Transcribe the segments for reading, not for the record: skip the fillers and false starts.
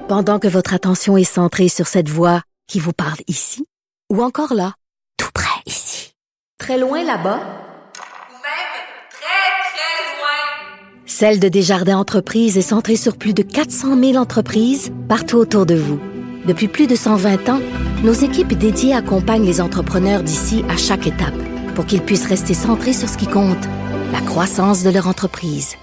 Pendant que votre attention est centrée sur cette voix qui vous parle ici, ou encore là, tout près ici, très loin là-bas, ou même très, très loin. Celle de Desjardins Entreprises est centrée sur plus de 400 000 entreprises partout autour de vous. Depuis plus de 120 ans, nos équipes dédiées accompagnent les entrepreneurs d'ici à chaque étape pour qu'ils puissent rester centrés sur ce qui compte, la croissance de leur entreprise.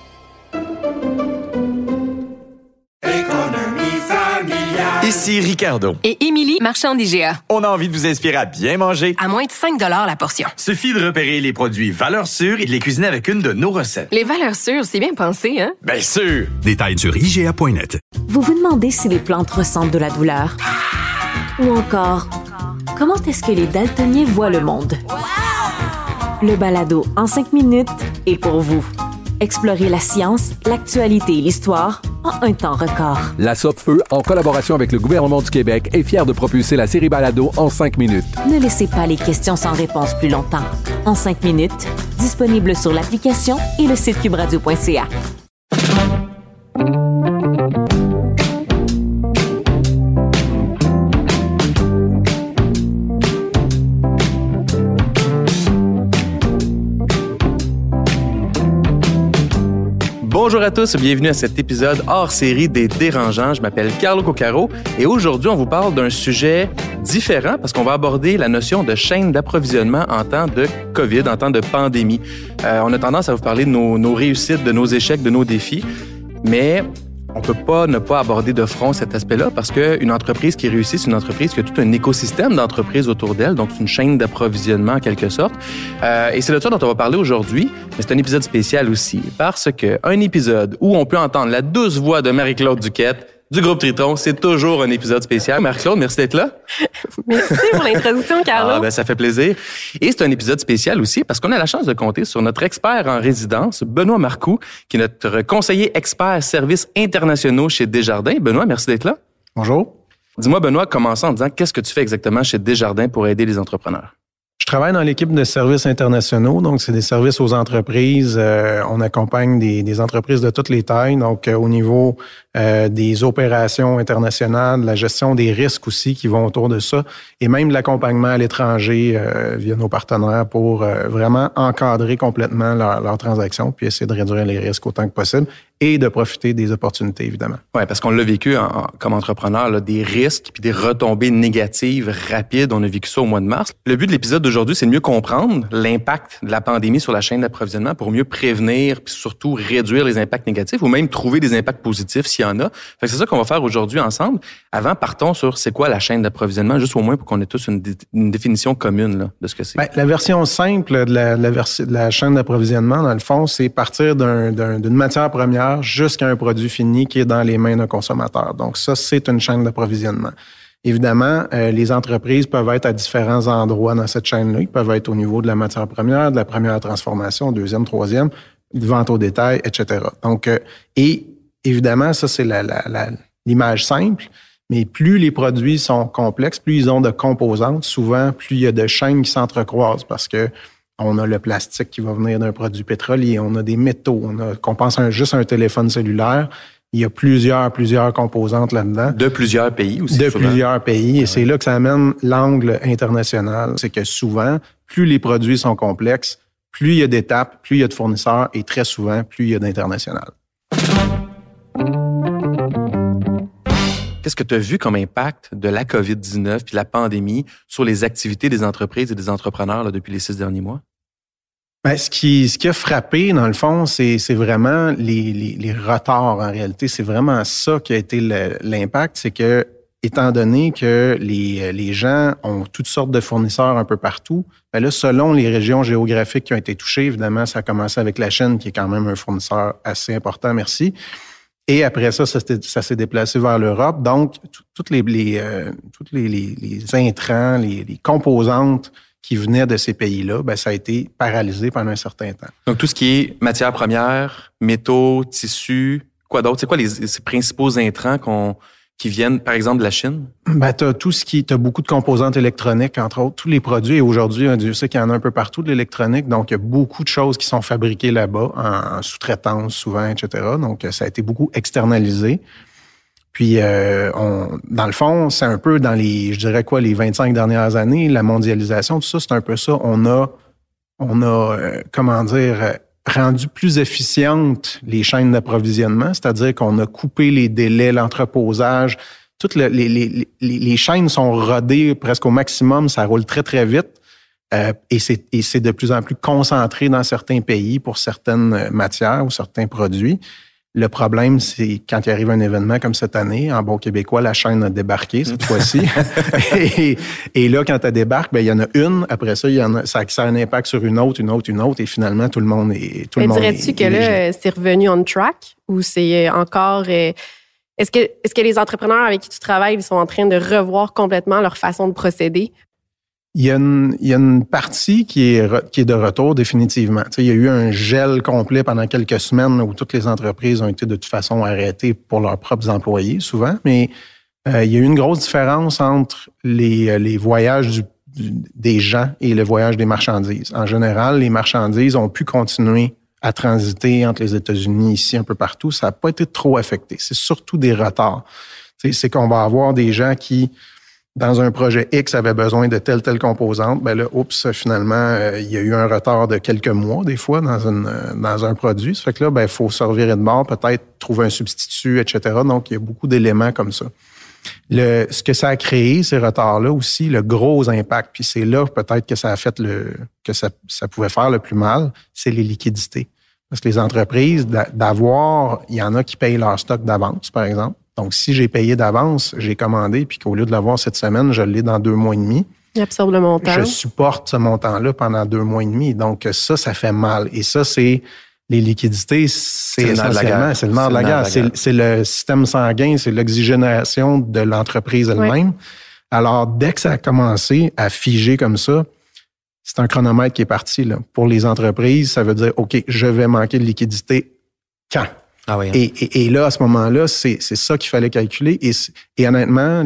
Ici Ricardo. Et Émilie, marchand d'IGA. On a envie de vous inspirer à bien manger. À moins de 5 $ la portion. Suffit de repérer les produits valeurs sûres et de les cuisiner avec une de nos recettes. Les valeurs sûres, c'est bien pensé, hein? Bien sûr! Détails sur IGA.net. Vous vous demandez si les plantes ressentent de la douleur? Ou encore, comment est-ce que les daltoniens voient le monde? Le balado en 5 minutes est pour vous. Explorez la science, l'actualité et l'histoire en un temps record. La Sopfeu, en collaboration avec le gouvernement du Québec, est fière de propulser la série Balado en 5 minutes. Ne laissez pas les questions sans réponse plus longtemps. En 5 minutes, disponible sur l'application et le site cubradio.ca. Bonjour à tous, bienvenue à cet épisode hors série des Dérangeants. Je m'appelle Carlo Coccaro et aujourd'hui, on vous parle d'un sujet différent parce qu'on va aborder la notion de chaîne d'approvisionnement en temps de COVID, en temps de pandémie. On a tendance à vous parler de nos réussites, de nos échecs, de nos défis, mais on peut pas ne pas aborder de front cet aspect-là parce qu'une entreprise qui réussit, c'est une entreprise qui a tout un écosystème d'entreprises autour d'elle, donc c'est une chaîne d'approvisionnement en quelque sorte. Et c'est de ça dont on va parler aujourd'hui, mais c'est un épisode spécial aussi parce qu'un épisode où on peut entendre la douce voix de Marie-Claude Duquette du groupe Triton, c'est toujours un épisode spécial. Marie-Claude, merci d'être là. Merci pour l'introduction, Carlo. Ça fait plaisir. Et c'est un épisode spécial aussi parce qu'on a la chance de compter sur notre expert en résidence, Benoît Marcoux, qui est notre conseiller expert services internationaux chez Desjardins. Benoît, merci d'être là. Bonjour. Dis-moi, Benoît, commençons en disant qu'est-ce que tu fais exactement chez Desjardins pour aider les entrepreneurs? Je travaille dans l'équipe de services internationaux, donc c'est des services aux entreprises. On accompagne des entreprises de toutes les tailles, donc au niveau des opérations internationales, la gestion des risques aussi qui vont autour de ça, et même de l'accompagnement à l'étranger via nos partenaires pour vraiment encadrer complètement leurs transactions, puis essayer de réduire les risques autant que possible et de profiter des opportunités, évidemment. Oui, parce qu'on l'a vécu comme entrepreneur, là, des risques puis des retombées négatives rapides. On a vécu ça au mois de mars. Le but de l'épisode d'aujourd'hui, c'est de mieux comprendre l'impact de la pandémie sur la chaîne d'approvisionnement pour mieux prévenir puis surtout réduire les impacts négatifs ou même trouver des impacts positifs s'il y en a. Fait que c'est ça qu'on va faire aujourd'hui ensemble. Avant, partons sur c'est quoi la chaîne d'approvisionnement, juste au moins pour qu'on ait tous une définition commune là, de ce que c'est. Bien, la version simple de la chaîne d'approvisionnement, dans le fond, c'est partir d'une matière première jusqu'à un produit fini qui est dans les mains d'un consommateur. Donc ça, c'est une chaîne d'approvisionnement. Évidemment, les entreprises peuvent être à différents endroits dans cette chaîne-là. Ils peuvent être au niveau de la matière première, de la première transformation, deuxième, troisième, de vente au détail, etc. Donc, et évidemment, ça, c'est l'image simple. Mais plus les produits sont complexes, plus ils ont de composantes, souvent, plus il y a de chaînes qui s'entrecroisent parce que on a le plastique qui va venir d'un produit pétrolier, on a des métaux, qu'on pense juste à un téléphone cellulaire, il y a plusieurs composantes là-dedans. De plusieurs pays aussi. De souvent. Plusieurs pays, et c'est là que ça amène l'angle international. C'est que souvent, plus les produits sont complexes, plus il y a d'étapes, plus il y a de fournisseurs, et très souvent, plus il y a d'international. Qu'est-ce que tu as vu comme impact de la COVID-19 puis de la pandémie sur les activités des entreprises et des entrepreneurs là, depuis les 6 derniers mois? Ben, ce qui a frappé, dans le fond, c'est vraiment les retards, en réalité. C'est vraiment ça qui a été l'impact. C'est que, étant donné que les gens ont toutes sortes de fournisseurs un peu partout, ben là, selon les régions géographiques qui ont été touchées, évidemment, ça a commencé avec la Chine, qui est quand même un fournisseur assez important, merci. Et après ça s'est déplacé vers l'Europe. Donc, toutes les intrants, les composantes qui venaient de ces pays-là, ben, ça a été paralysé pendant un certain temps. Donc, tout ce qui est matières premières, métaux, tissus, quoi d'autre? C'est quoi ces principaux intrants qui viennent, par exemple, de la Chine? Ben, t'as beaucoup de composantes électroniques, entre autres. Tous les produits, et aujourd'hui, Dieu sait qu'il y en a un peu partout de l'électronique. Donc, il y a beaucoup de choses qui sont fabriquées là-bas, en sous-traitance souvent, etc. Donc, ça a été beaucoup externalisé. Puis, dans le fond, c'est un peu dans les 25 dernières années, la mondialisation, tout ça, c'est un peu ça. On a rendu plus efficientes les chaînes d'approvisionnement, c'est-à-dire qu'on a coupé les délais, l'entreposage. Toutes les chaînes sont rodées presque au maximum, ça roule très, très vite. Et c'est de plus en plus concentré dans certains pays pour certaines matières ou certains produits. Le problème, c'est quand il arrive un événement comme cette année, en bon québécois, la chaîne a débarqué cette fois-ci. et là, quand elle débarque, il y en a une. Après ça, ça a un impact sur une autre. Et finalement, tout le monde est dirais-tu que là, c'est revenu on track ou c'est encore... Est-ce que les entrepreneurs avec qui tu travailles, ils sont en train de revoir complètement leur façon de procéder? Il y a une partie qui est de retour définitivement. Il y a eu un gel complet pendant quelques semaines où toutes les entreprises ont été de toute façon arrêtées pour leurs propres employés, souvent. Mais il y a eu une grosse différence entre les voyages des gens et le voyage des marchandises. En général, les marchandises ont pu continuer à transiter entre les États-Unis, ici, un peu partout. Ça n'a pas été trop affecté. C'est surtout des retards. C'est qu'on va avoir des gens qui... dans un projet X, avait besoin de telle composante, là, finalement, il y a eu un retard de quelques mois, des fois, dans un produit. Ça fait que là, il faut se revirer de bord, peut-être trouver un substitut, etc. Donc, il y a beaucoup d'éléments comme ça. Ce que ça a créé, ces retards-là aussi, le gros impact, puis c'est là peut-être que ça a fait que ça pouvait faire le plus mal, c'est les liquidités. Parce que les entreprises, il y en a qui payent leur stock d'avance, par exemple. Donc, si j'ai payé d'avance, j'ai commandé, puis qu'au lieu de l'avoir cette semaine, je l'ai dans 2 mois et demi. Il absorbe le montant. Je supporte ce montant-là pendant 2 mois et demi. Donc, ça fait mal. Et ça, c'est les liquidités, c'est essentiellement, c'est le nerf de la guerre. C'est le système sanguin, c'est l'oxygénation de l'entreprise elle-même. Oui. Alors, dès que ça a commencé à figer comme ça, c'est un chronomètre qui est parti, là. Pour les entreprises, ça veut dire, OK, je vais manquer de liquidité quand? Ah oui, hein. Et là, à ce moment-là, c'est ça qu'il fallait calculer. Et honnêtement,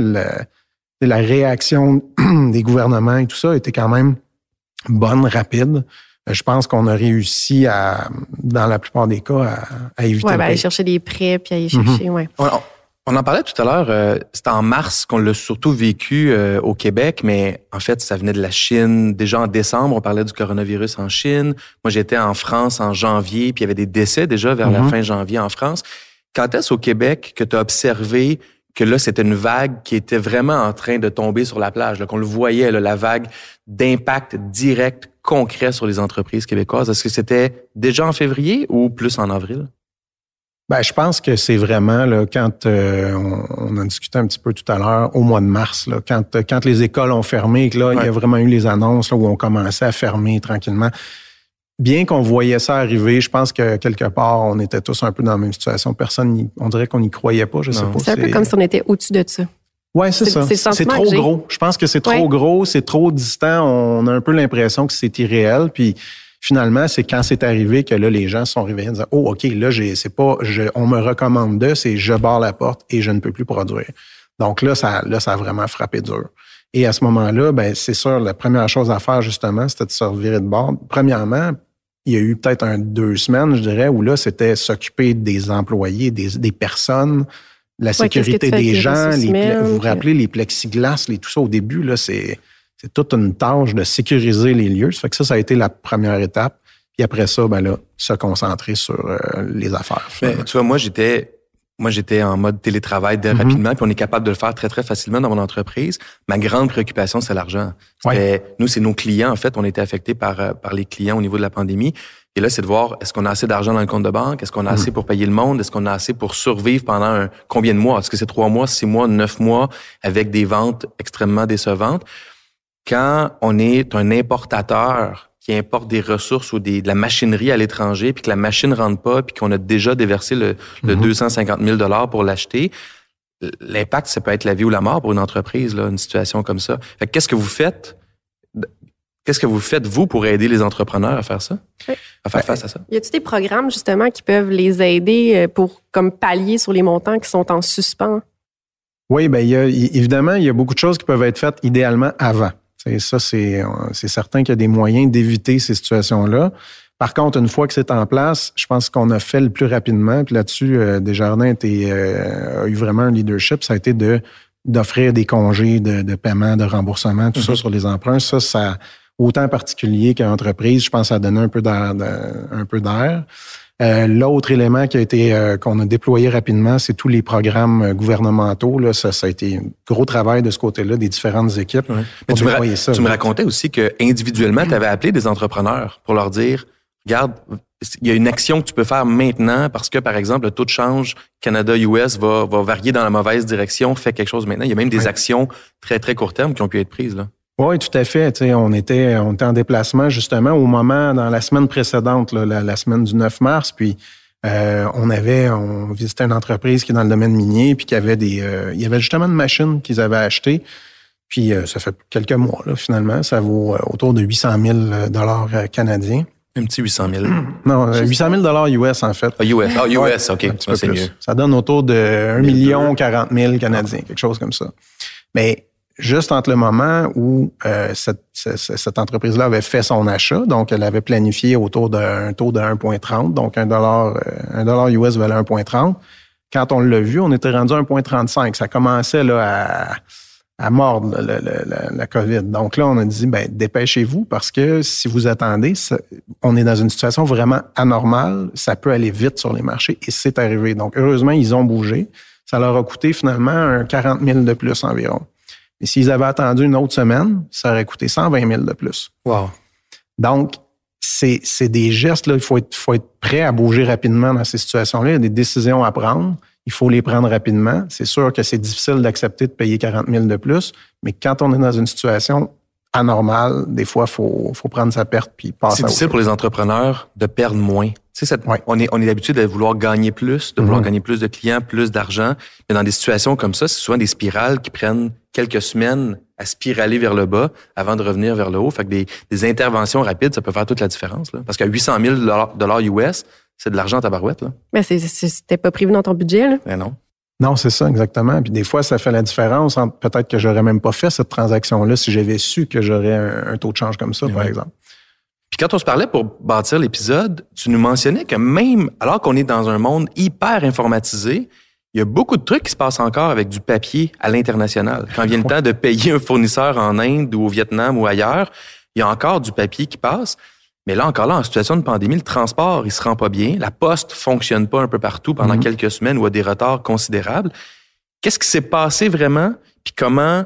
la réaction des gouvernements et tout ça était quand même bonne, rapide. Je pense qu'on a réussi dans la plupart des cas, à éviter. Oui, aller chercher des prêts puis aller chercher, oui. On en parlait tout à l'heure, c'était en mars qu'on l'a surtout vécu au Québec, mais en fait, ça venait de la Chine. Déjà en décembre, on parlait du coronavirus en Chine. Moi, j'étais en France en janvier, puis il y avait des décès déjà vers la fin janvier en France. Quand est-ce au Québec que tu as observé que là, c'était une vague qui était vraiment en train de tomber sur la plage, là, qu'on le voyait, là, la vague d'impact direct, concret sur les entreprises québécoises? Est-ce que c'était déjà en février ou plus en avril? Je pense que c'est vraiment, là, quand on a discuté un petit peu tout à l'heure, au mois de mars, là, quand les écoles ont fermé, que là, il y a vraiment eu les annonces là, où on commençait à fermer tranquillement. Bien qu'on voyait ça arriver, je pense que quelque part, on était tous un peu dans la même situation. On dirait qu'on n'y croyait pas, je sais pas. C'est un peu comme si on était au-dessus de ça. Oui, c'est ça. C'est trop gros. Je pense que c'est trop gros, c'est trop distant. On a un peu l'impression que c'est irréel. Puis finalement, c'est quand c'est arrivé que là, les gens se sont réveillés en disant « Oh, OK, là, on me recommande c'est je barre la porte et je ne peux plus produire. » Donc là, ça a vraiment frappé dur. Et à ce moment-là, c'est sûr, la première chose à faire, justement, c'était de se revirer de bord. Premièrement, il y a eu peut-être 2 semaines, je dirais, où là, c'était s'occuper des employés, des personnes, la sécurité des gens. Vous vous rappelez, les plexiglas, tout ça au début, là, c'est toute une tâche de sécuriser les lieux. Ça fait que ça a été la première étape. Puis après ça, se concentrer sur les affaires. Mais, tu vois, moi, j'étais en mode télétravail rapidement, puis on est capable de le faire très, très facilement dans mon entreprise. Ma grande préoccupation, c'est l'argent. Nous, c'est nos clients, en fait. On était affectés par les clients au niveau de la pandémie. Et là, c'est de voir, est-ce qu'on a assez d'argent dans le compte de banque? Est-ce qu'on a assez pour payer le monde? Est-ce qu'on a assez pour survivre pendant combien de mois? Est-ce que c'est 3 mois, 6 mois, 9 mois avec des ventes extrêmement décevantes? Quand on est un importateur qui importe des ressources ou de la machinerie à l'étranger, puis que la machine ne rentre pas, puis qu'on a déjà déversé le 250 000 $ pour l'acheter, l'impact, ça peut être la vie ou la mort pour une entreprise, là, une situation comme ça. Fait que qu'est-ce que vous faites? Qu'est-ce que vous faites, vous, pour aider les entrepreneurs à faire ça? Oui. À faire face à ça? Y a-t-il des programmes, justement, qui peuvent les aider pour comme pallier sur les montants qui sont en suspens? Oui, évidemment, il y a beaucoup de choses qui peuvent être faites idéalement avant. Et ça, c'est certain qu'il y a des moyens d'éviter ces situations-là. Par contre, une fois que c'est en place, je pense qu'on a fait le plus rapidement. Puis là-dessus, Desjardins a eu vraiment un leadership. Ça a été d'offrir des congés de paiement, de remboursement, tout ça sur les emprunts. Ça autant particulier qu'entreprise, je pense que ça a donné un peu d'air. L'autre élément qui a été qu'on a déployé rapidement, c'est tous les programmes gouvernementaux. Là, ça a été un gros travail de ce côté-là, des différentes équipes. Ouais. Mais tu me racontais aussi que individuellement, tu avais appelé des entrepreneurs pour leur dire, regarde, il y a une action que tu peux faire maintenant parce que, par exemple, le taux de change Canada-US va varier dans la mauvaise direction, fais quelque chose maintenant. Il y a même des actions très, très court terme qui ont pu être prises, là. Oui, tout à fait. Tu sais, on était en déplacement justement au moment, dans la semaine précédente, là, la semaine du 9 mars, puis on visitait une entreprise qui est dans le domaine minier, puis qui avait il y avait justement une machine qu'ils avaient achetée, puis ça fait quelques mois, là, finalement. Ça vaut autour de 800 000 $ canadiens. Un petit 800 000. Non, 800 000 US, en fait. Ah, US, OK. C'est mieux. Ça donne autour de 1 40 000 canadiens, quelque chose comme ça. Mais juste entre le moment où cette entreprise-là avait fait son achat, donc elle avait planifié autour d'un taux de 1,30, donc $1 US valait 1,30. Quand on l'a vu, on était rendu à 1,35. Ça commençait là à mordre la COVID. Donc là, on a dit, dépêchez-vous parce que si vous attendez, on est dans une situation vraiment anormale. Ça peut aller vite sur les marchés et c'est arrivé. Donc heureusement, ils ont bougé. Ça leur a coûté finalement un 40 000 de plus environ. Et s'ils avaient attendu une autre semaine, ça aurait coûté 120 000 de plus. Wow. Donc, c'est des gestes, là, il faut être prêt à bouger rapidement dans ces situations-là. Il y a des décisions à prendre. Il faut les prendre rapidement. C'est sûr que c'est difficile d'accepter de payer 40 000 de plus, mais quand on est dans une situation anormale, des fois, faut prendre sa perte puis passer. C'est difficile pour les entrepreneurs de perdre moins. Tu sais, on est habitué de vouloir gagner plus, de vouloir gagner plus de clients, plus d'argent. Mais dans des situations comme ça, c'est souvent des spirales qui prennent quelques semaines à spiraler vers le bas avant de revenir vers le haut. Fait que des interventions rapides, ça peut faire toute la différence, là. Parce qu'à 800 000 $ US, c'est de l'argent à tabarouette, là. Mais c'était pas prévu dans ton budget, là. Mais non. Non, c'est ça, exactement. Puis des fois, ça fait la différence entre peut-être que j'aurais même pas fait cette transaction-là si j'avais su que j'aurais un taux de change comme ça, par exemple. Puis quand on se parlait pour bâtir l'épisode, tu nous mentionnais que même alors qu'on est dans un monde hyper informatisé, il y a beaucoup de trucs qui se passent encore avec du papier à l'international. Quand vient le temps de payer un fournisseur en Inde ou au Vietnam ou ailleurs, il y a encore du papier qui passe. Mais là, en situation de pandémie, le transport, il se rend pas bien. La poste fonctionne pas un peu partout pendant quelques semaines ou a des retards considérables. Qu'est-ce qui s'est passé vraiment? Puis comment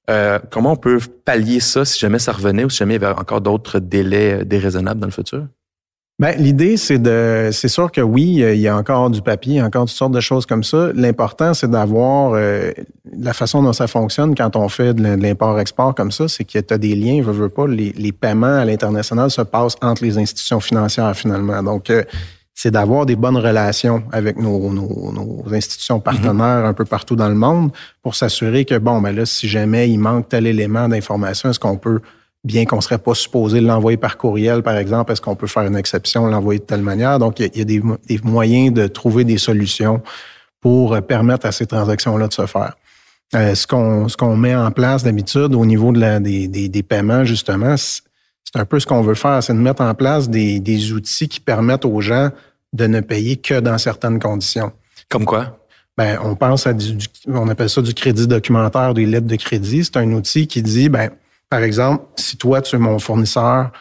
on peut pallier ça si jamais ça revenait ou si jamais il y avait encore d'autres délais déraisonnables dans le futur? L'idée, c'est sûr que oui, il y a encore du papier, il y a encore toutes sortes de choses comme ça. L'important, c'est d'avoir la façon dont ça fonctionne quand on fait de l'import-export comme ça, c'est que tu as des liens, veux pas, les paiements à l'international se passent entre les institutions financières finalement. Donc, c'est d'avoir des bonnes relations avec nos institutions partenaires un peu partout dans le monde pour s'assurer que, là, si jamais il manque tel élément d'information, est-ce qu'on peut, bien qu'on ne serait pas supposé l'envoyer par courriel, par exemple, est-ce qu'on peut faire une exception, l'envoyer de telle manière? Donc, il y a des moyens de trouver des solutions pour permettre à ces transactions-là de se faire. Ce qu'on met en place d'habitude au niveau des paiements, justement, c'est un peu ce qu'on veut faire, c'est de mettre en place des outils qui permettent aux gens de ne payer que dans certaines conditions. Comme quoi? On pense à on appelle ça du crédit documentaire, des lettres de crédit. C'est un outil qui dit, par exemple, si toi, tu es mon fournisseur,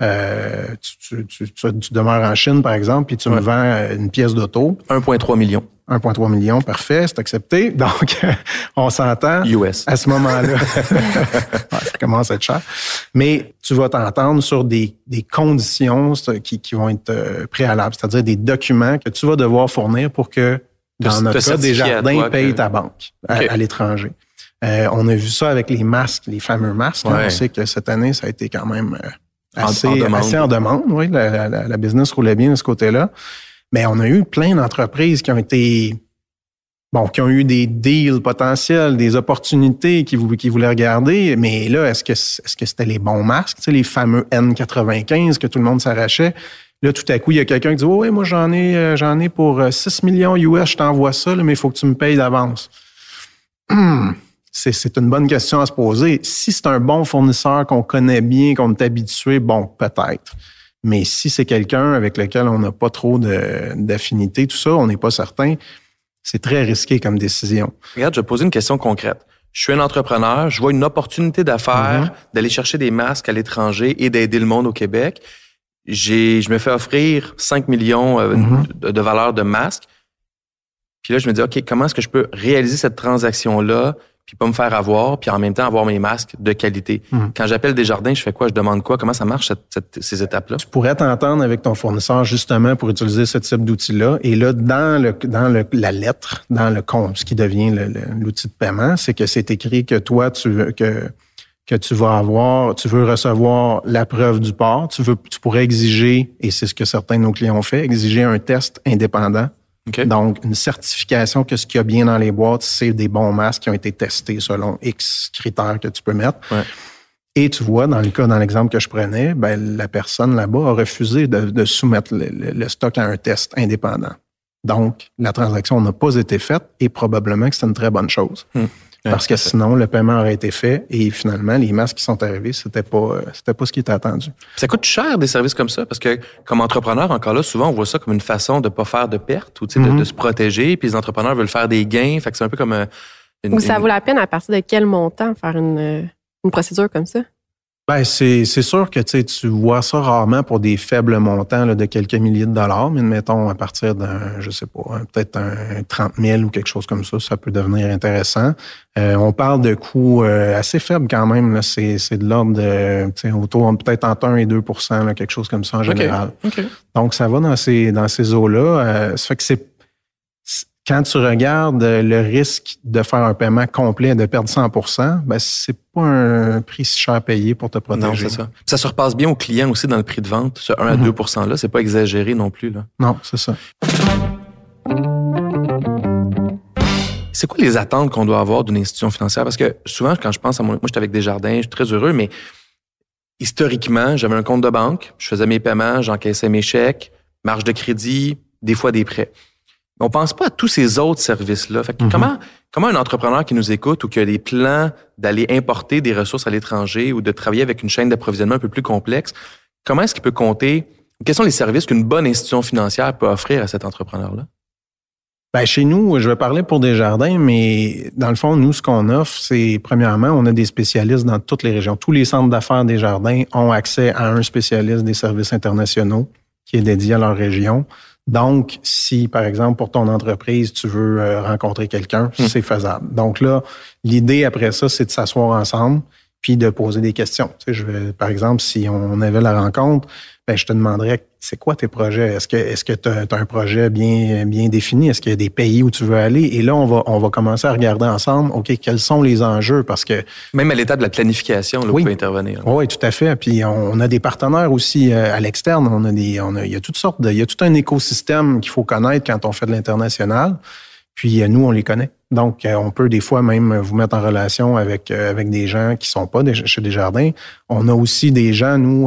tu demeures en Chine, par exemple, puis tu me vends une pièce d'auto. 1,3 million. 1,3 million, parfait, c'est accepté. Donc, on s'entend. US. À ce moment-là. Ça commence à être cher. Mais tu vas t'entendre sur des conditions qui vont être préalables, c'est-à-dire des documents que tu vas devoir fournir pour que, dans notre cas, Desjardins paye ta banque à l'étranger. On a vu ça avec les masques, les fameux masques. On sait que cette année, ça a été quand même assez en demande. Oui, la business roulait bien de ce côté-là. Mais on a eu plein d'entreprises qui ont eu des deals potentiels, des opportunités qui voulaient regarder. Mais là, est-ce que c'était les bons masques, tu sais, les fameux N95 que tout le monde s'arrachait? Là, tout à coup, il y a quelqu'un qui dit « Oui, moi, j'en ai pour 6 millions US, je t'envoie ça, là, mais il faut que tu me payes d'avance. » C'est une bonne question à se poser. Si c'est un bon fournisseur qu'on connaît bien, qu'on est habitué, peut-être. Mais si c'est quelqu'un avec lequel on n'a pas trop d'affinité, tout ça, on n'est pas certain, c'est très risqué comme décision. Regarde, je vais poser une question concrète. Je suis un entrepreneur, je vois une opportunité d'affaires d'aller chercher des masques à l'étranger et d'aider le monde au Québec. Je me fais offrir 5 millions de valeur de masques. Puis là, je me dis, OK, comment est-ce que je peux réaliser cette transaction-là, puis pas me faire avoir, puis en même temps avoir mes masques de qualité? Quand j'appelle Desjardins, je fais quoi? Je demande quoi? Comment ça marche, ces étapes-là? Tu pourrais t'entendre avec ton fournisseur justement pour utiliser ce type d'outil-là. Et là, dans la lettre, dans le compte, ce qui devient l'outil de paiement, c'est que c'est écrit que toi, tu veux recevoir la preuve du port. Tu pourrais exiger, et c'est ce que certains de nos clients ont fait, exiger un test indépendant. Okay. Donc, une certification que ce qu'il y a bien dans les boîtes, c'est des bons masques qui ont été testés selon X critères que tu peux mettre. Ouais. Et tu vois, dans l'exemple que je prenais, la personne là-bas a refusé de soumettre le stock à un test indépendant. Donc, la transaction n'a pas été faite et probablement que c'est une très bonne chose. Parce que sinon, le paiement aurait été fait et finalement, les masques qui sont arrivés, c'était pas ce qui était attendu. Ça coûte cher des services comme ça parce que comme entrepreneur, encore là, souvent, on voit ça comme une façon de pas faire de pertes ou de se protéger. Puis les entrepreneurs veulent faire des gains. Fait que c'est un peu comme Ou ça vaut la peine à partir de quel montant faire une procédure comme ça? C'est sûr que tu vois ça rarement pour des faibles montants là, de quelques milliers de dollars, mais mettons à partir d'un, je sais pas, peut-être un 30 000 ou quelque chose comme ça peut devenir intéressant. On parle de coûts assez faibles quand même. Là, c'est de l'ordre de autour peut-être entre 1 et 2 là, quelque chose comme ça en général. Okay. Donc ça va dans ces eaux-là. Ça fait que quand tu regardes le risque de faire un paiement complet, de perdre 100%, c'est pas un prix si cher à payer pour te protéger. Non, c'est ça. Ça se repasse bien aux clients aussi dans le prix de vente. Ce 1 à 2 %-là, c'est pas exagéré non plus. Là. Non, c'est ça. C'est quoi les attentes qu'on doit avoir d'une institution financière? Parce que souvent, quand je pense à moi, j'étais avec Desjardins, je suis très heureux, mais historiquement, j'avais un compte de banque, je faisais mes paiements, j'encaissais mes chèques, marge de crédit, des fois des prêts. On pense pas à tous ces autres services-là. Fait que comment un entrepreneur qui nous écoute ou qui a des plans d'aller importer des ressources à l'étranger ou de travailler avec une chaîne d'approvisionnement un peu plus complexe, comment est-ce qu'il peut compter? Quels sont les services qu'une bonne institution financière peut offrir à cet entrepreneur-là? Chez nous, je vais parler pour Desjardins, mais dans le fond, nous, ce qu'on offre, c'est premièrement, on a des spécialistes dans toutes les régions. Tous les centres d'affaires Desjardins ont accès à un spécialiste des services internationaux qui est dédié à leur région. Donc, si, par exemple, pour ton entreprise, tu veux rencontrer quelqu'un, c'est faisable. Donc là, l'idée après ça, c'est de s'asseoir ensemble puis de poser des questions. Par exemple, si on avait la rencontre, je te demanderais, c'est quoi tes projets? Est-ce que tu as un projet bien défini? Est-ce qu'il y a des pays où tu veux aller? Et là, on va commencer à regarder ensemble, OK, quels sont les enjeux? Parce que même à l'étape de la planification, là, oui, on peut intervenir. Oui, tout à fait. Puis on a des partenaires aussi à l'externe. Il y a toutes sortes il y a tout un écosystème qu'il faut connaître quand on fait de l'international. Puis nous, on les connaît. Donc, on peut des fois même vous mettre en relation avec des gens qui sont pas chez Desjardins. On a aussi des gens, nous,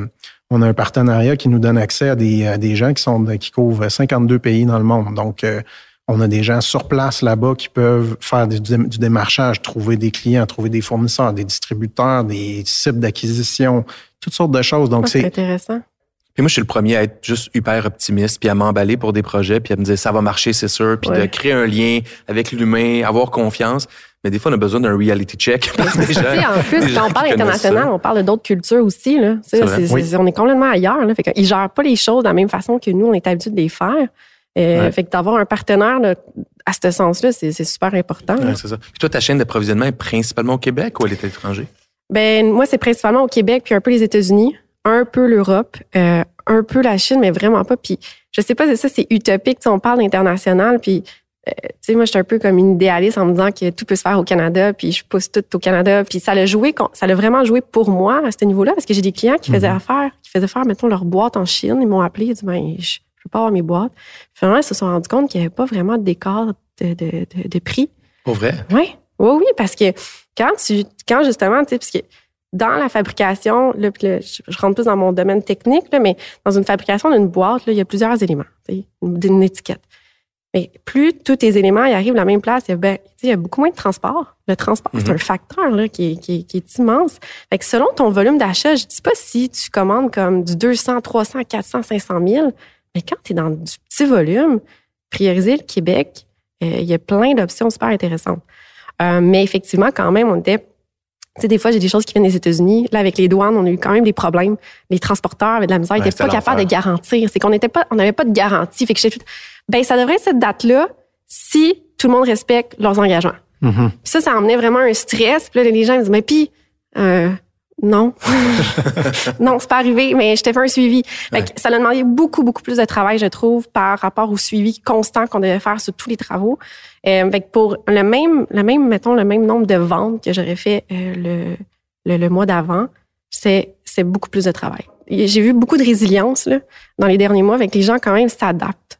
on a un partenariat qui nous donne accès à des gens qui couvrent 52 pays dans le monde. Donc, on a des gens sur place là-bas qui peuvent faire du démarchage, trouver des clients, trouver des fournisseurs, des distributeurs, des sites d'acquisition, toutes sortes de choses. Donc, c'est intéressant. Puis moi, je suis le premier à être juste hyper optimiste, puis à m'emballer pour des projets, puis à me dire ça va marcher, c'est sûr, puis de créer un lien avec l'humain, avoir confiance. Mais des fois, on a besoin d'un reality check. En plus, quand on parle international, on parle d'autres cultures aussi. Là. On est complètement ailleurs. Là. Fait qu'ils ne gèrent pas les choses de la même façon que nous, on est habitués de les faire. Fait que d'avoir un partenaire là, à ce sens-là, c'est super important. Ouais, c'est ça. Puis toi, ta chaîne d'approvisionnement est principalement au Québec ou elle est à l'étranger? Moi, c'est principalement au Québec, puis un peu les États-Unis, un peu l'Europe, un peu la Chine, mais vraiment pas. Puis je sais pas, c'est utopique. On parle d'international, puis moi, je suis un peu comme une idéaliste en me disant que tout peut se faire au Canada, puis je pousse tout au Canada. Puis ça l'a vraiment joué pour moi à ce niveau-là, parce que j'ai des clients qui faisaient faire, mettons, leur boîte en Chine. Ils m'ont appelé, ils ont dit, je peux pas avoir mes boîtes. Finalement, ils se sont rendus compte qu'il n'y avait pas vraiment d'écart de prix. Pour vrai? Oui, parce que quand justement, parce que dans la fabrication, là, je rentre plus dans mon domaine technique, là, mais dans une fabrication d'une boîte, là, il y a plusieurs éléments, d'une étiquette. Mais plus tous tes éléments ils arrivent à la même place, il y a beaucoup moins de transport. Le transport, c'est un facteur là, qui est immense. Fait que selon ton volume d'achat, je dis pas si tu commandes comme du 200, 300, 400, 500 000, mais quand tu es dans du petit volume, prioriser le Québec, il y a plein d'options super intéressantes. Mais effectivement, quand même, on était... Tu sais, des fois, j'ai des choses qui viennent des États-Unis. Là, avec les douanes, on a eu quand même des problèmes. Les transporteurs avaient de la misère, ils n'étaient pas capables de garantir. C'est qu'on n'avait pas de garantie. Fait que ça devrait être cette date-là si tout le monde respecte leurs engagements. Puis ça emmenait vraiment un stress. Puis là, les gens me disent, mais puis, non. Non, c'est pas arrivé, mais je t'ai fait un suivi. Fait que ça a demandé beaucoup, beaucoup plus de travail, je trouve, par rapport au suivi constant qu'on devait faire sur tous les travaux. Fait que pour le même nombre de ventes que j'aurais fait le mois d'avant, c'est beaucoup plus de travail. J'ai vu beaucoup de résilience là, dans les derniers mois, avec les gens quand même s'adaptent.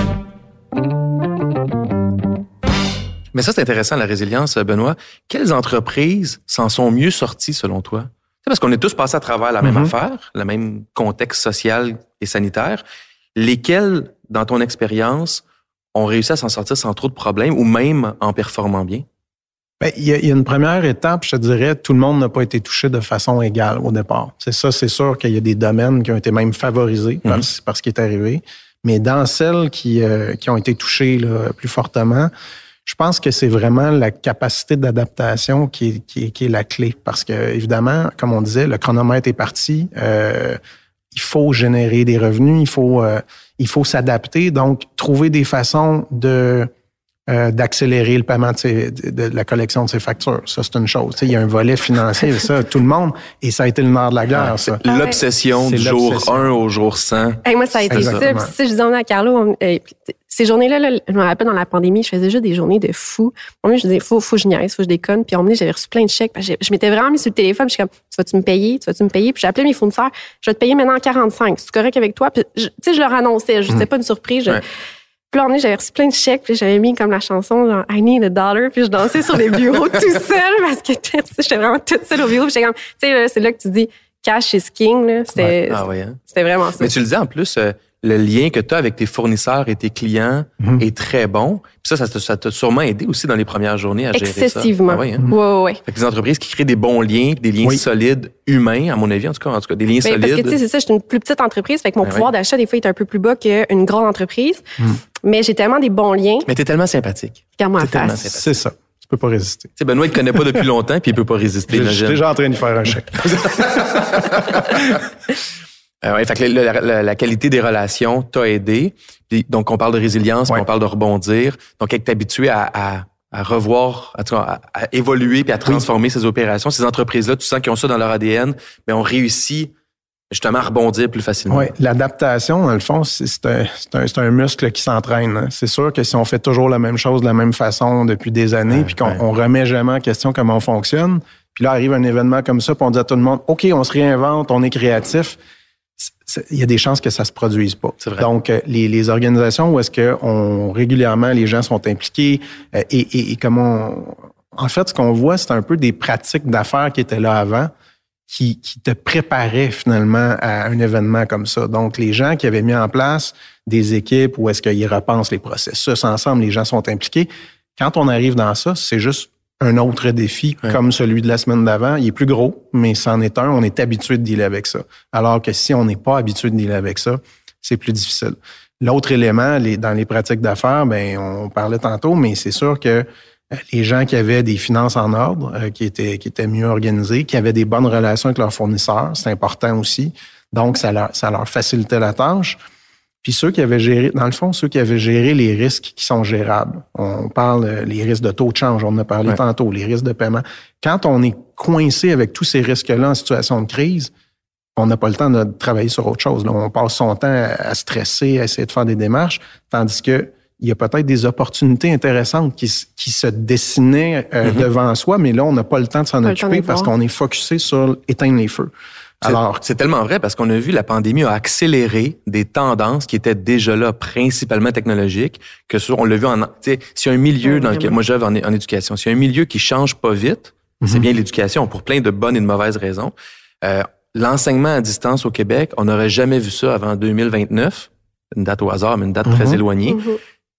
Mais ça, c'est intéressant, la résilience, Benoît. Quelles entreprises s'en sont mieux sorties, selon toi? C'est parce qu'on est tous passés à travers la même affaire, le même contexte social et sanitaire. Lesquelles, dans ton expérience, ont réussi à s'en sortir sans trop de problèmes ou même en performant bien? Bien, il y a une première étape, je te dirais, tout le monde n'a pas été touché de façon égale au départ. C'est sûr qu'il y a des domaines qui ont été même favorisés par ce qui est arrivé. Mais dans celles qui ont été touchées là, plus fortement, je pense que c'est vraiment la capacité d'adaptation qui est la clé. Parce que, évidemment, comme on disait, le chronomètre est parti. Il faut générer des revenus, il faut s'adapter. Donc, trouver des façons d'accélérer le paiement de la collection de ses factures. Ça, c'est une chose. Il y a un volet financier, ça, tout le monde. Et ça a été le nerf de la guerre, ça. L'obsession du jour 1 au jour 100. Moi, ça a été ça. Puis, je disais à Carlo, ces journées-là, je me rappelle dans la pandémie, je faisais juste des journées de fou. Je me disais, faut que je niaise, faut que je déconne. Puis, j'avais reçu plein de chèques. Je m'étais vraiment mis sur le téléphone. Je suis comme, tu vas-tu me payer? Puis, j'ai appelé mes fournisseurs. Je vais te payer maintenant 45. C'est correct avec toi? Puis, je leur annonçais. Je sais pas une surprise. Puis là, j'avais reçu plein de chèques, puis j'avais mis comme la chanson, genre, I need $1, puis je dansais sur les bureaux tout seul, parce que j'étais vraiment toute seule au bureau, puis j'étais comme, tu sais, c'est là que tu dis, cash is king, là. C'était vraiment ça. Mais tu le dis en plus, le lien que tu as avec tes fournisseurs et tes clients est très bon. Puis ça t'a sûrement aidé aussi dans les premières journées à gérer ça. Excessivement. Oui. Fait que les entreprises qui créent des bons liens, des liens solides, humains, à mon avis, en tout cas des liens solides. Parce que, tu sais, c'est ça, je suis une plus petite entreprise, fait que mon pouvoir d'achat, des fois, est un peu plus bas qu'une grande entreprise. Mais j'ai tellement des bons liens. Mais t'es tellement sympathique. Regarde-moi en face. C'est ça. Tu peux pas résister. Tu sais, Benoît, il te connaît pas depuis longtemps, puis il peut pas résister. Je suis déjà en train de faire un chèque. Fait que la qualité des relations t'a aidé. Puis, donc, on parle de résilience, puis on parle de rebondir. Donc, être habitué à revoir, à évoluer puis à transformer ces opérations. Ces entreprises-là, tu sens qu'ils ont ça dans leur ADN, mais on réussit justement à rebondir plus facilement. Oui, l'adaptation, dans le fond, c'est un muscle qui s'entraîne. Hein. C'est sûr que si on fait toujours la même chose de la même façon depuis des années, puis qu'on remet jamais en question comment on fonctionne, puis là arrive un événement comme ça, puis on dit à tout le monde, OK, on se réinvente, on est créatif, il y a des chances que ça se produise pas. Donc, les organisations où est-ce que régulièrement les gens sont impliqués et comment en fait, ce qu'on voit, c'est un peu des pratiques d'affaires qui étaient là avant, qui te préparaient finalement à un événement comme ça. Donc, les gens qui avaient mis en place des équipes où est-ce qu'ils repensent les processus ensemble, les gens sont impliqués. Quand on arrive dans ça, c'est juste un autre défi comme celui de la semaine d'avant. Il est plus gros, mais c'en est un. On est habitué de dealer avec ça. Alors que si on n'est pas habitué de dealer avec ça, c'est plus difficile. L'autre élément, dans les pratiques d'affaires, on parlait tantôt, mais c'est sûr que les gens qui avaient des finances en ordre, qui étaient mieux organisés, qui avaient des bonnes relations avec leurs fournisseurs, c'est important aussi. Donc, ça leur facilitait la tâche. Puis ceux qui avaient géré les risques qui sont gérables. On parle les risques de taux de change, on en a parlé tantôt, les risques de paiement. Quand on est coincé avec tous ces risques-là en situation de crise, on n'a pas le temps de travailler sur autre chose. Là, on passe son temps à stresser, à essayer de faire des démarches, tandis que il y a peut-être des opportunités intéressantes qui se dessinaient devant soi, mais là, on n'a pas le temps de s'en occuper parce qu'on est focusé sur éteindre les feux. Alors, c'est tellement vrai parce qu'on a vu la pandémie a accéléré des tendances qui étaient déjà là, principalement technologiques, on l'a vu s'il y a un milieu dans lequel, moi j'œuvre en éducation, s'il y a un milieu qui change pas vite, c'est bien l'éducation, pour plein de bonnes et de mauvaises raisons. L'enseignement à distance au Québec, on n'aurait jamais vu ça avant 2029, une date au hasard, mais une date très éloignée.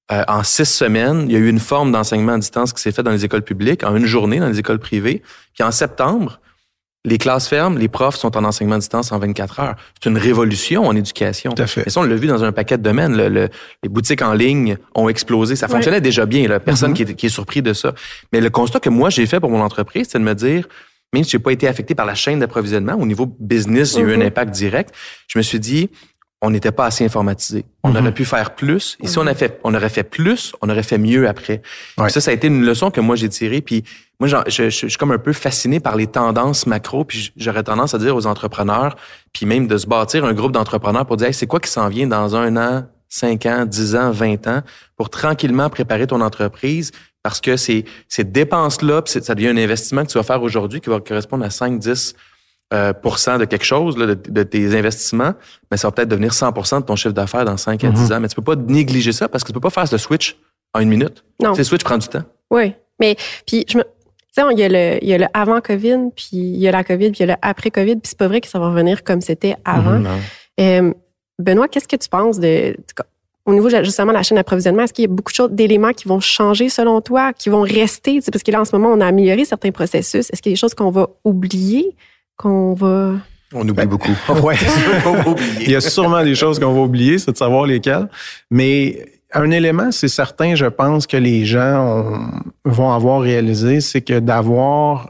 en 6 semaines, il y a eu une forme d'enseignement à distance qui s'est faite dans les écoles publiques, en une journée dans les écoles privées. Puis en septembre, les classes ferment, les profs sont en enseignement à distance en 24 heures. C'est une révolution en éducation. Tout à fait. Et ça, on l'a vu dans un paquet de domaines. Les boutiques en ligne ont explosé. Ça fonctionnait déjà bien. Là. Personne qui est surpris de ça. Mais le constat que moi, j'ai fait pour mon entreprise, c'est de me dire, même si j'ai pas été affecté par la chaîne d'approvisionnement, au niveau business, il y a eu un impact direct. Je me suis dit, on n'était pas assez informatisé. On aurait pu faire plus. Et si on aurait fait plus, on aurait fait mieux après. Ouais. Ça a été une leçon que moi, j'ai tirée. Puis moi, je suis comme un peu fasciné par les tendances macro. Puis j'aurais tendance à dire aux entrepreneurs, puis même de se bâtir un groupe d'entrepreneurs pour dire, hey, c'est quoi qui s'en vient dans 1 an, 5 ans, 10 ans, 20 ans, pour tranquillement préparer ton entreprise. Parce que ces dépenses-là, puis ça devient un investissement que tu vas faire aujourd'hui qui va correspondre à 5-10 % de quelque chose, là, de tes investissements, mais ça va peut-être devenir 100% de ton chiffre d'affaires dans 5 à 10 ans. Mais tu peux pas négliger ça parce que tu peux pas faire ce switch en 1 minute. Non. Tu sais, le switch prend du temps. Oui, mais puis tu sais, il y a le avant COVID, puis il y a la COVID, puis il y a le après COVID, puis c'est pas vrai que ça va revenir comme c'était avant. Benoît, qu'est-ce que tu penses au niveau justement de la chaîne d'approvisionnement? Est-ce qu'il y a beaucoup d'éléments qui vont changer selon toi, qui vont rester? Parce que là, en ce moment, on a amélioré certains processus. Est-ce qu'il y a des choses qu'on va oublier? On oublie beaucoup. Ouais. Il y a sûrement des choses qu'on va oublier, c'est de savoir lesquelles. Mais un élément, c'est certain, je pense que les gens vont avoir réalisé, c'est que d'avoir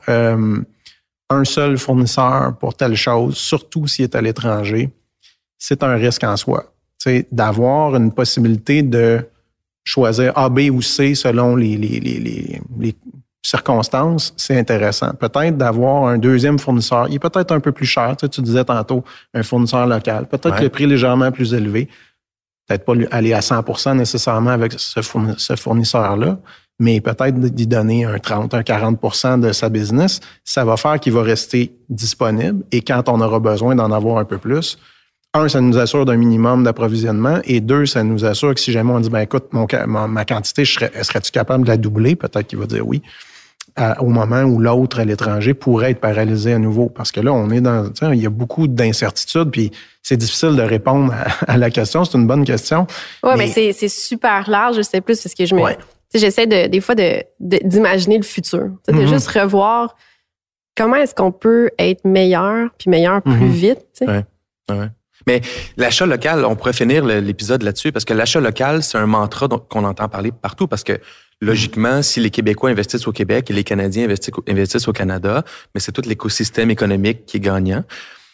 un seul fournisseur pour telle chose, surtout s'il est à l'étranger, c'est un risque en soi. C'est d'avoir une possibilité de choisir A, B ou C selon les circonstances, c'est intéressant. Peut-être d'avoir un deuxième fournisseur. Il est peut-être un peu plus cher. Tu disais tantôt un fournisseur local. Peut-être le prix légèrement plus élevé. Peut-être pas aller à 100% nécessairement avec ce fournisseur-là, mais peut-être d'y donner un 30, un 40% de sa business. Ça va faire qu'il va rester disponible et quand on aura besoin d'en avoir un peu plus, 1, ça nous assure d'un minimum d'approvisionnement et 2, ça nous assure que si jamais on dit, écoute, ma quantité, serais-tu capable de la doubler? Peut-être qu'il va dire oui. Au moment où l'autre à l'étranger pourrait être paralysé à nouveau. Parce que là, on est il y a beaucoup d'incertitudes, puis c'est difficile de répondre à la question. C'est une bonne question. Oui, mais c'est super large, je sais plus, parce que j'essaie des fois d'imaginer le futur. De juste revoir comment est-ce qu'on peut être meilleur, puis meilleur plus vite. Ouais. Mais l'achat local, on pourrait finir l'épisode là-dessus, parce que l'achat local, c'est un mantra qu'on entend parler partout, parce que logiquement, si les Québécois investissent au Québec et les Canadiens investissent au Canada, mais c'est tout l'écosystème économique qui est gagnant.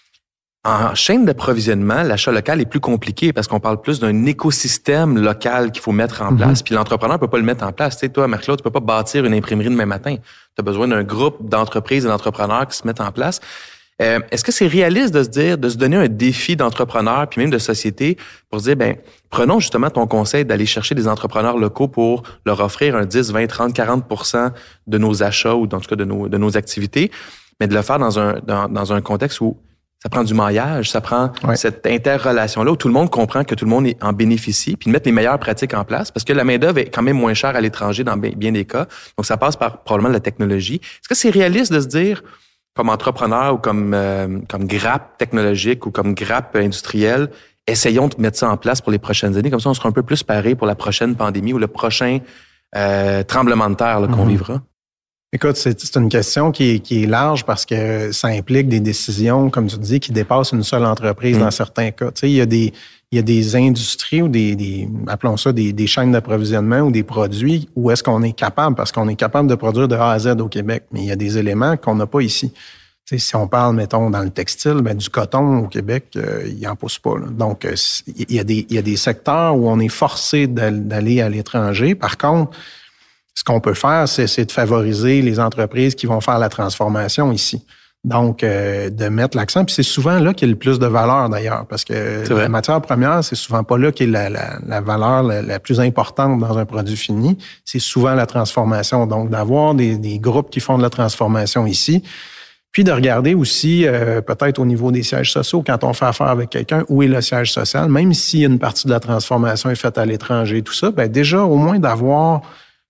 En chaîne d'approvisionnement, l'achat local est plus compliqué parce qu'on parle plus d'un écosystème local qu'il faut mettre en place. Puis l'entrepreneur peut pas le mettre en place. Tu sais, toi, Marc-Claude, tu peux pas bâtir une imprimerie demain matin. Tu as besoin d'un groupe d'entreprises et d'entrepreneurs qui se mettent en place. Est-ce que c'est réaliste de se donner un défi d'entrepreneur puis même de société pour se dire, prenons justement ton conseil d'aller chercher des entrepreneurs locaux pour leur offrir un 10, 20, 30, 40% de nos achats ou en tout cas de nos activités, mais de le faire dans un contexte où ça prend du maillage, ça prend cette interrelation-là où tout le monde comprend que tout le monde en bénéficie, puis de mettre les meilleures pratiques en place, parce que la main-d'œuvre est quand même moins chère à l'étranger dans bien des cas. Donc, ça passe par probablement la technologie. Est-ce que c'est réaliste de se dire, comme entrepreneur ou comme grappe technologique ou comme grappe industrielle, essayons de mettre ça en place pour les prochaines années, comme ça on sera un peu plus paré pour la prochaine pandémie ou le prochain tremblement de terre qu'on vivra? Écoute, c'est une question qui est large parce que ça implique des décisions, comme tu dis, qui dépassent une seule entreprise dans certains cas. Tu sais, il y a des industries ou appelons ça des chaînes d'approvisionnement ou des produits où est-ce qu'on est capable, parce qu'on est capable de produire de A à Z au Québec, mais il y a des éléments qu'on n'a pas ici. Tu sais, si on parle, mettons, dans le textile, du coton au Québec, il n'en pousse pas. Là. Donc, il y a des secteurs où on est forcé d'aller à l'étranger. Par contre, ce qu'on peut faire, c'est de favoriser les entreprises qui vont faire la transformation ici. Donc, de mettre l'accent. Puis c'est souvent là qu'il y a le plus de valeur, d'ailleurs, parce que la matière première, c'est souvent pas là qu'il y a la valeur la plus importante dans un produit fini. C'est souvent la transformation. Donc, d'avoir des groupes qui font de la transformation ici. Puis de regarder aussi, peut-être au niveau des sièges sociaux, quand on fait affaire avec quelqu'un, où est le siège social, même si une partie de la transformation est faite à l'étranger, tout ça, déjà, au moins d'avoir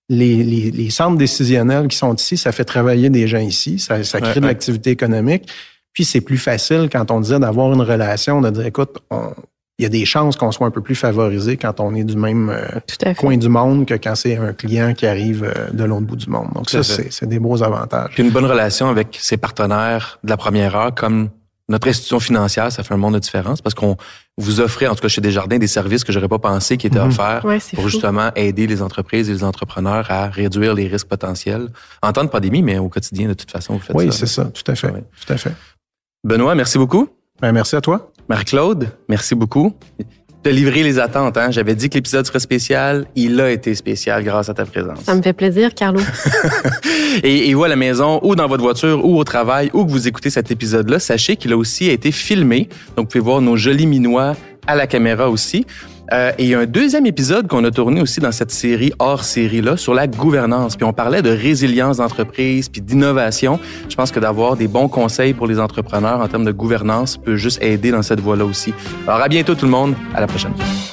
les centres décisionnels qui sont ici, ça fait travailler des gens ici, ça crée de l'activité économique. Puis c'est plus facile quand on disait d'avoir une relation, de dire, écoute, il y a des chances qu'on soit un peu plus favorisé quand on est du même coin du monde que quand c'est un client qui arrive de l'autre bout du monde. Donc ça, c'est des beaux avantages. Puis une bonne relation avec ses partenaires de la première heure, comme notre institution financière, ça fait un monde de différence parce qu'on vous offrait, en tout cas chez Desjardins, des services que j'aurais pas pensé qui étaient offerts pour justement aider les entreprises et les entrepreneurs à réduire les risques potentiels. En temps de pandémie, mais au quotidien, de toute façon, vous faites ça. Oui, c'est ça, tout à fait. Oui. Tout à fait. Benoît, merci beaucoup. Ben, merci à toi. Marie-Claude, merci beaucoup. De livrer les attentes. Hein? J'avais dit que l'épisode serait spécial. Il a été spécial grâce à ta présence. Ça me fait plaisir, Carlo. Et vous, à la maison, ou dans votre voiture, ou au travail, ou que vous écoutez cet épisode-là, sachez qu'il a aussi été filmé. Donc, vous pouvez voir nos jolis minois à la caméra aussi. Et il y a un deuxième épisode qu'on a tourné aussi dans cette série hors série-là sur la gouvernance. Puis on parlait de résilience d'entreprise puis d'innovation. Je pense que d'avoir des bons conseils pour les entrepreneurs en termes de gouvernance peut juste aider dans cette voie-là aussi. Alors à bientôt tout le monde. À la prochaine.